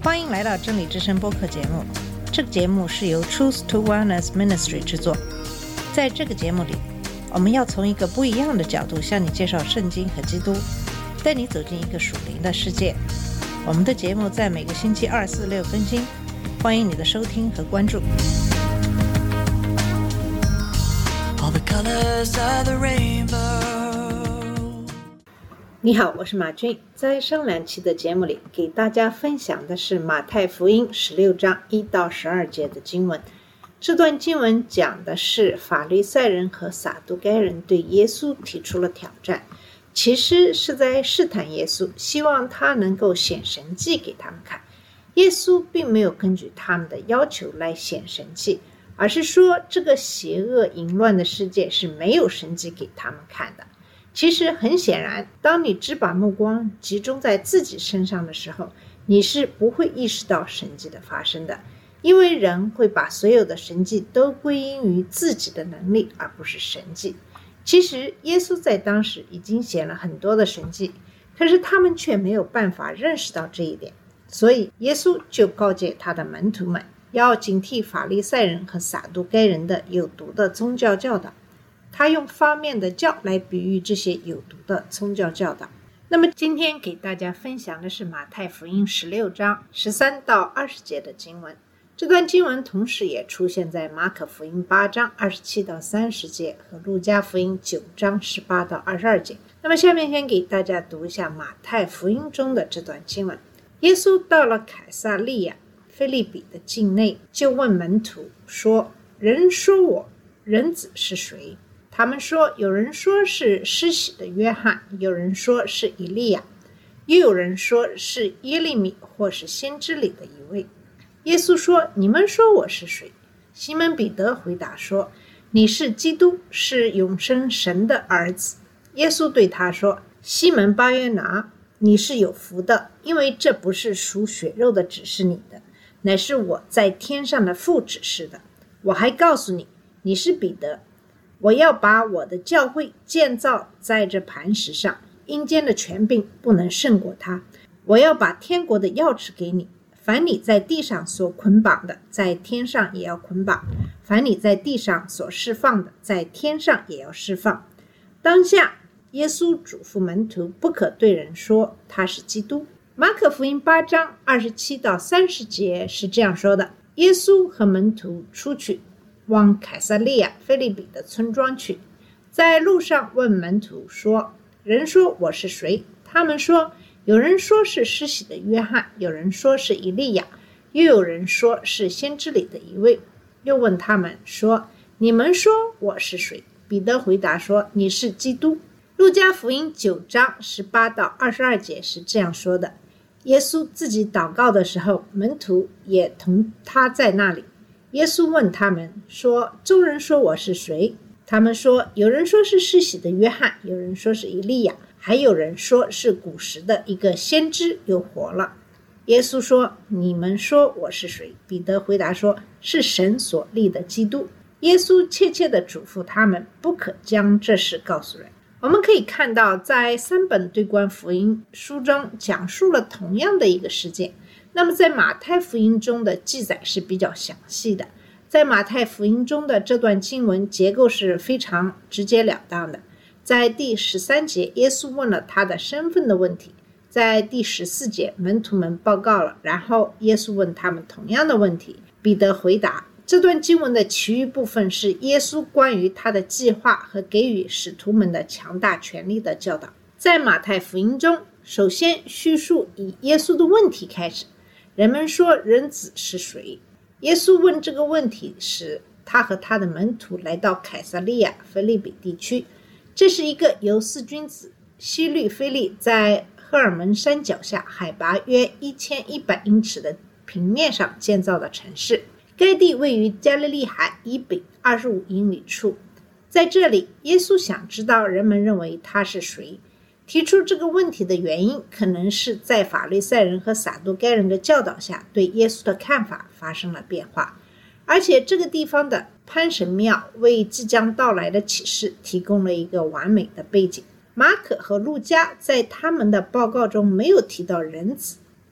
欢迎来到真理之声播客节目。这个节目是由 Truth to Wellness Ministry 制作。在这个节目里，我们要从一个不一样的角度向你介绍圣经和基督，带你走进一个属灵的世界。我们的节目在每个星期2、4、6更新，欢迎你的收听和关注。All the colors of the rainbow。你好，我是马军。在上两期的节目里，给大家分享的是马太福音16章1到12节的经文。这段经文讲的是法利赛人和撒都该人对耶稣提出了挑战，其实是在试探耶稣，希望他能够显神迹给他们看。耶稣并没有根据他们的要求来显神迹，而是说这个邪恶淫乱的世界是没有神迹给他们看的。其实很显然，当你只把目光集中在自己身上的时候，你是不会意识到神迹的发生的，因为人会把所有的神迹都归因于自己的能力，而不是神迹。其实耶稣在当时已经显了很多的神迹，可是他们却没有办法认识到这一点，所以耶稣就告诫他的门徒们要警惕法利赛人和撒都该人的有毒的宗教教导。他用发面的酵来比喻这些有毒的宗教教导。那么今天给大家分享的是马太福音16章13到20节的经文。这段经文同时也出现在马可福音8章27到30节和路加福音9章18到22节。那么下面先给大家读一下马太福音中的这段经文。耶稣到了凯撒利亚腓立比的境内，就问门徒说：人说我人子是谁？他们说，有人说是施洗的约翰，有人说是以利亚，又有人说是耶利米或是先知里的一位。耶稣说：你们说我是谁？西门彼得回答说：你是基督，是永生神的儿子。耶稣对他说：西门巴约拿，你是有福的，因为这不是属血肉的指示你的，乃是我在天上的父指示的。我还告诉你，你是彼得，我要把我的教会建造在这磐石上，阴间的权柄不能胜过它。我要把天国的钥匙给你，凡你在地上所捆绑的，在天上也要捆绑；凡你在地上所释放的，在天上也要释放。当下耶稣嘱咐门徒不可对人说他是基督。马可福音8章27到30节是这样说的：耶稣和门徒出去往凯撒利亚腓立比的村庄去，在路上问门徒说：人说我是谁？他们说，有人说是施洗的约翰，有人说是以利亚，又有人说是先知里的一位。又问他们说：你们说我是谁？彼得回答说：你是基督。路加福音9章18到22节是这样说的：耶稣自己祷告的时候，门徒也同他在那里。耶稣问他们说：众人说我是谁？他们说，有人说是施洗的约翰，有人说是以利亚，还有人说是古时的一个先知又活了。耶稣说：你们说我是谁？彼得回答说：是神所立的基督。耶稣切切地嘱咐他们不可将这事告诉人。我们可以看到，在3本对观福音书中讲述了同样的一个事件。那么在马太福音中的记载是比较详细的。在马太福音中的这段经文结构是非常直截了当的。在第13节，耶稣问了他的身份的问题。在第14节，门徒们报告了，然后耶稣问他们同样的问题，彼得回答。这段经文的其余部分是耶稣关于他的计划和给予使徒们的强大权力的教导。在马太福音中，首先叙述以耶稣的问题开始。人们说人子是谁？耶稣问这个问题时，他和他的门徒来到凯撒利亚腓立比地区。这是一个由四君子希律菲利在赫尔蒙山脚下海拔约1100英尺的平面上建造的城市。该地位于加利利海以北25英里处。在这里，耶稣想知道人们认为他是谁。提出这个问题的原因，可能是在法利赛人和撒都该人的教导下，对耶稣的看法发生了变化。而且这个地方的潘神庙为即将到来的启示提供了一个完美的背景。马可和路加在他们的报告中没有提到人子，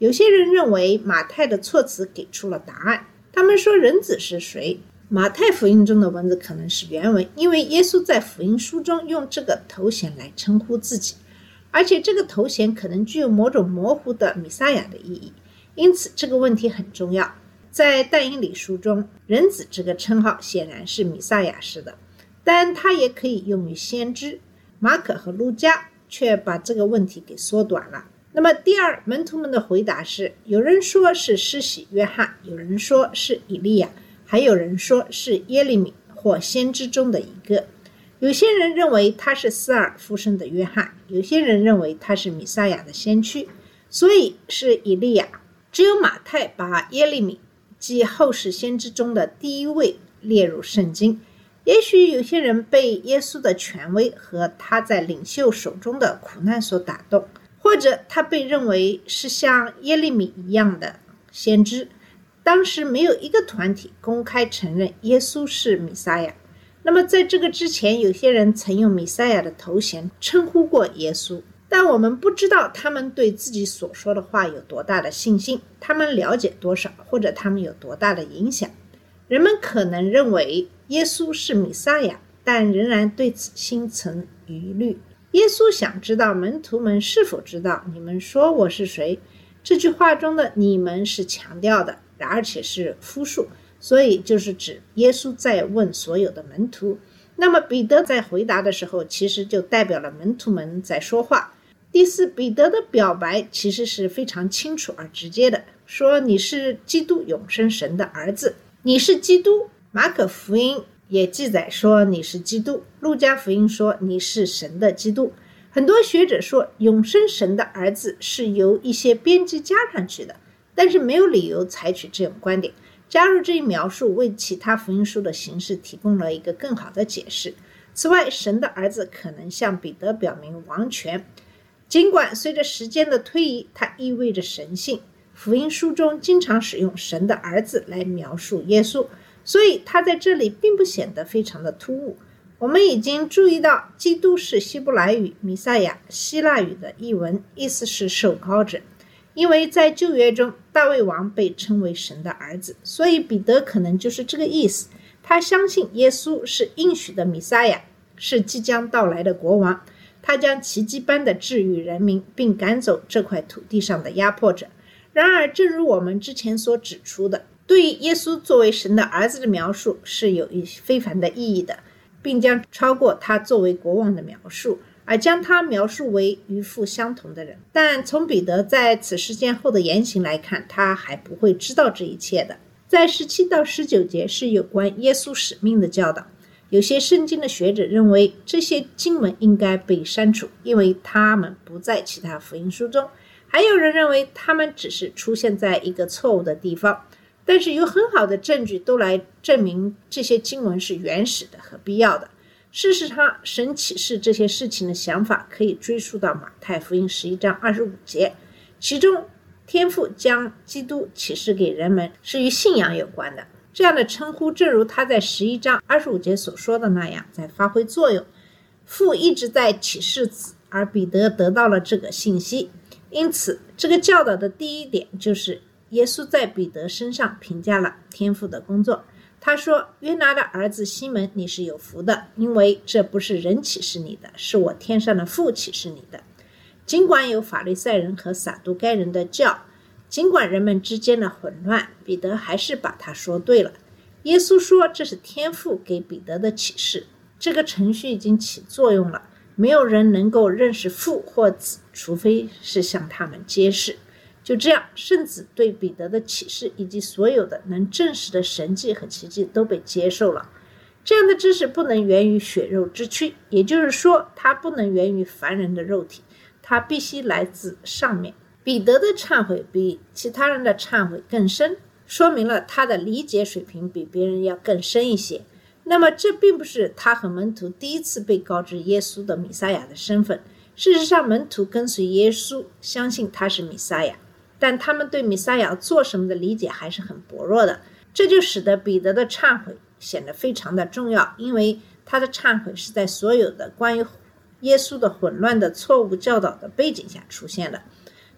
有些人认为马太的措辞给出了答案，他们说人子是谁？马太福音中的文字可能是原文，因为耶稣在福音书中用这个头衔来称呼自己，而且这个头衔可能具有某种模糊的弥赛亚的意义，因此这个问题很重要。在但以理书中，人子这个称号显然是弥赛亚式的，但它也可以用于先知。马可和路加却把这个问题给缩短了。那么第二，门徒们的回答是，有人说是施洗约翰，有人说是以利亚，还有人说是耶利米或先知中的一个。有些人认为他是死而复生的约翰，有些人认为他是弥赛亚的先驱，所以是以利亚。只有马太把耶利米即后世先知中的第一位列入圣经。也许有些人被耶稣的权威和他在领袖手中的苦难所打动，或者他被认为是像耶利米一样的先知。当时没有一个团体公开承认耶稣是弥赛亚。那么在这个之前，有些人曾用弥赛亚的头衔称呼过耶稣，但我们不知道他们对自己所说的话有多大的信心，他们了解多少，或者他们有多大的影响。人们可能认为耶稣是弥赛亚，但仍然对此心存疑虑。耶稣想知道门徒们是否知道你们说我是谁。这句话中的你们是强调的，而且是复数，所以就是指耶稣在问所有的门徒。那么彼得在回答的时候，其实就代表了门徒们在说话。第四，彼得的表白其实是非常清楚而直接的，说你是基督，永生神的儿子，你是基督。马可福音也记载说你是基督，路加福音说你是神的基督。很多学者说永生神的儿子是由一些编辑加上去的，但是没有理由采取这种观点。加入这一描述为其他福音书的形式提供了一个更好的解释。此外，神的儿子可能向彼得表明王权，尽管随着时间的推移，它意味着神性。福音书中经常使用神的儿子来描述耶稣，所以他在这里并不显得非常的突兀。我们已经注意到，基督是希伯来语弥赛亚希腊语的译文，意思是受膏者。因为在旧约中，大卫王被称为神的儿子，所以彼得可能就是这个意思。他相信耶稣是应许的弥赛亚，是即将到来的国王，他将奇迹般的治愈人民，并赶走这块土地上的压迫者。然而，正如我们之前所指出的，对于耶稣作为神的儿子的描述是有一非凡的意义的，并将超过他作为国王的描述，而将他描述为与父相同的人。但从彼得在此事件后的言行来看，他还不会知道这一切的。在17到19节是有关耶稣使命的教导。有些圣经的学者认为这些经文应该被删除，因为他们不在其他福音书中。还有人认为他们只是出现在一个错误的地方，但是有很好的证据都来证明这些经文是原始的和必要的。事实上，神启示这些事情的想法可以追溯到马太福音11章25节，其中天父将基督启示给人们是与信仰有关的。这样的称呼正如他在11章25节所说的那样在发挥作用。父一直在启示子，而彼得得到了这个信息。因此，这个教导的第一点就是耶稣在彼得身上评价了天父的工作。他说，约拿的儿子西门，你是有福的，因为这不是人启示你的，是我天上的父启示你的。尽管有法利赛人和撒都该人的教，尽管人们之间的混乱，彼得还是把他说对了。耶稣说这是天父给彼得的启示，这个程序已经起作用了。没有人能够认识父或子，除非是向他们揭示。就这样，圣子对彼得的启示以及所有的能证实的神迹和奇迹都被接受了。这样的知识不能源于血肉之躯，也就是说，它不能源于凡人的肉体，它必须来自上面。彼得的忏悔比其他人的忏悔更深，说明了他的理解水平比别人要更深一些。那么这并不是他和门徒第一次被告知耶稣的弥赛亚的身份。事实上，门徒跟随耶稣，相信他是弥赛亚，但他们对弥赛亚做什么的理解还是很薄弱的。这就使得彼得的忏悔显得非常的重要，因为他的忏悔是在所有的关于耶稣的混乱的错误教导的背景下出现的。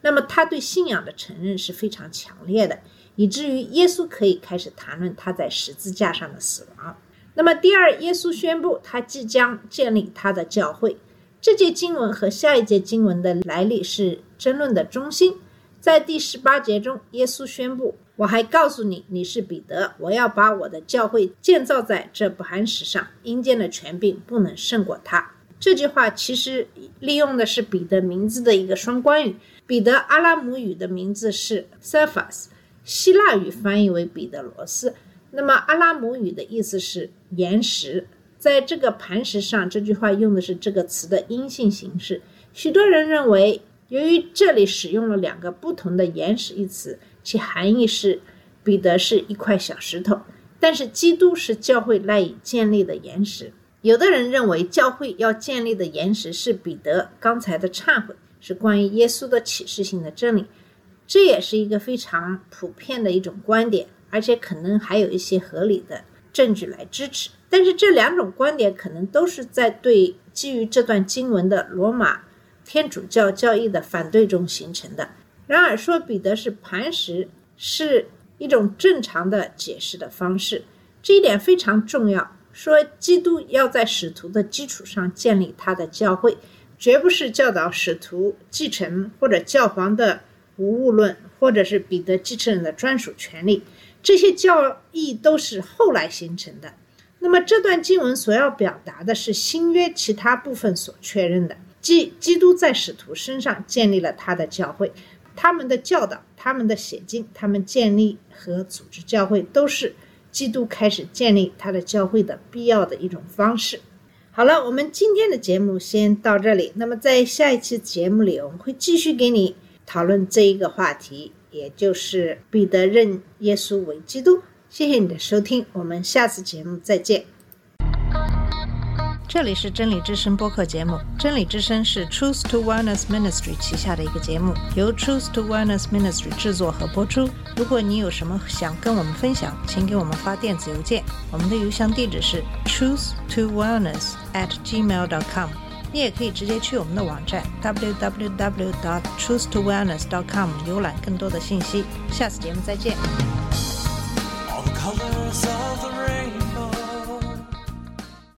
那么他对信仰的承认是非常强烈的，以至于耶稣可以开始谈论他在十字架上的死亡。那么第二，耶稣宣布他即将建立他的教会。这节经文和下一节经文的来历是争论的中心。在第18节中，耶稣宣布，我还告诉你，你是彼得，我要把我的教会建造在这磐石上，阴间的权柄不能胜过它。这句话其实利用的是彼得名字的一个双关语。彼得阿拉姆语的名字是 Cephas， 希腊语翻译为彼得罗斯，那么阿拉姆语的意思是岩石。在这个磐石上，这句话用的是这个词的阴性形式。许多人认为，由于这里使用了2个不同的岩石一词，其含义是彼得是一块小石头，但是基督是教会赖以建立的岩石。有的人认为教会要建立的岩石是彼得刚才的忏悔，是关于耶稣的启示性的真理。这也是一个非常普遍的一种观点，而且可能还有一些合理的证据来支持。但是这2种观点可能都是在对基于这段经文的罗马天主教教义的反对中形成的。然而说彼得是磐石是一种正常的解释的方式，这一点非常重要。说基督要在使徒的基础上建立他的教会，绝不是教导使徒继承或者教皇的无误论，或者是彼得继承人的专属权利，这些教义都是后来形成的。那么这段经文所要表达的是新约其他部分所确认的，即基督在使徒身上建立了他的教会，他们的教导，他们的写经，他们建立和组织教会，都是基督开始建立他的教会的必要的一种方式。好了，我们今天的节目先到这里。那么在下一期节目里，我们会继续给你讨论这一个话题，也就是彼得认耶稣为基督。谢谢你的收听，我们下次节目再见。这里是真理之声播客节目，真理之声是 Truth to Wellness Ministry 旗下的一个节目，由 Truth to Wellness Ministry 制作和播出。如果你有什么想跟我们分享，请给我们发电子邮件，我们的邮箱地址是 truthtowellness@gmail.com。 你也可以直接去我们的网站 www.truthtowellness.com 浏览更多的信息。下次节目再见。 All the colors of the rainbow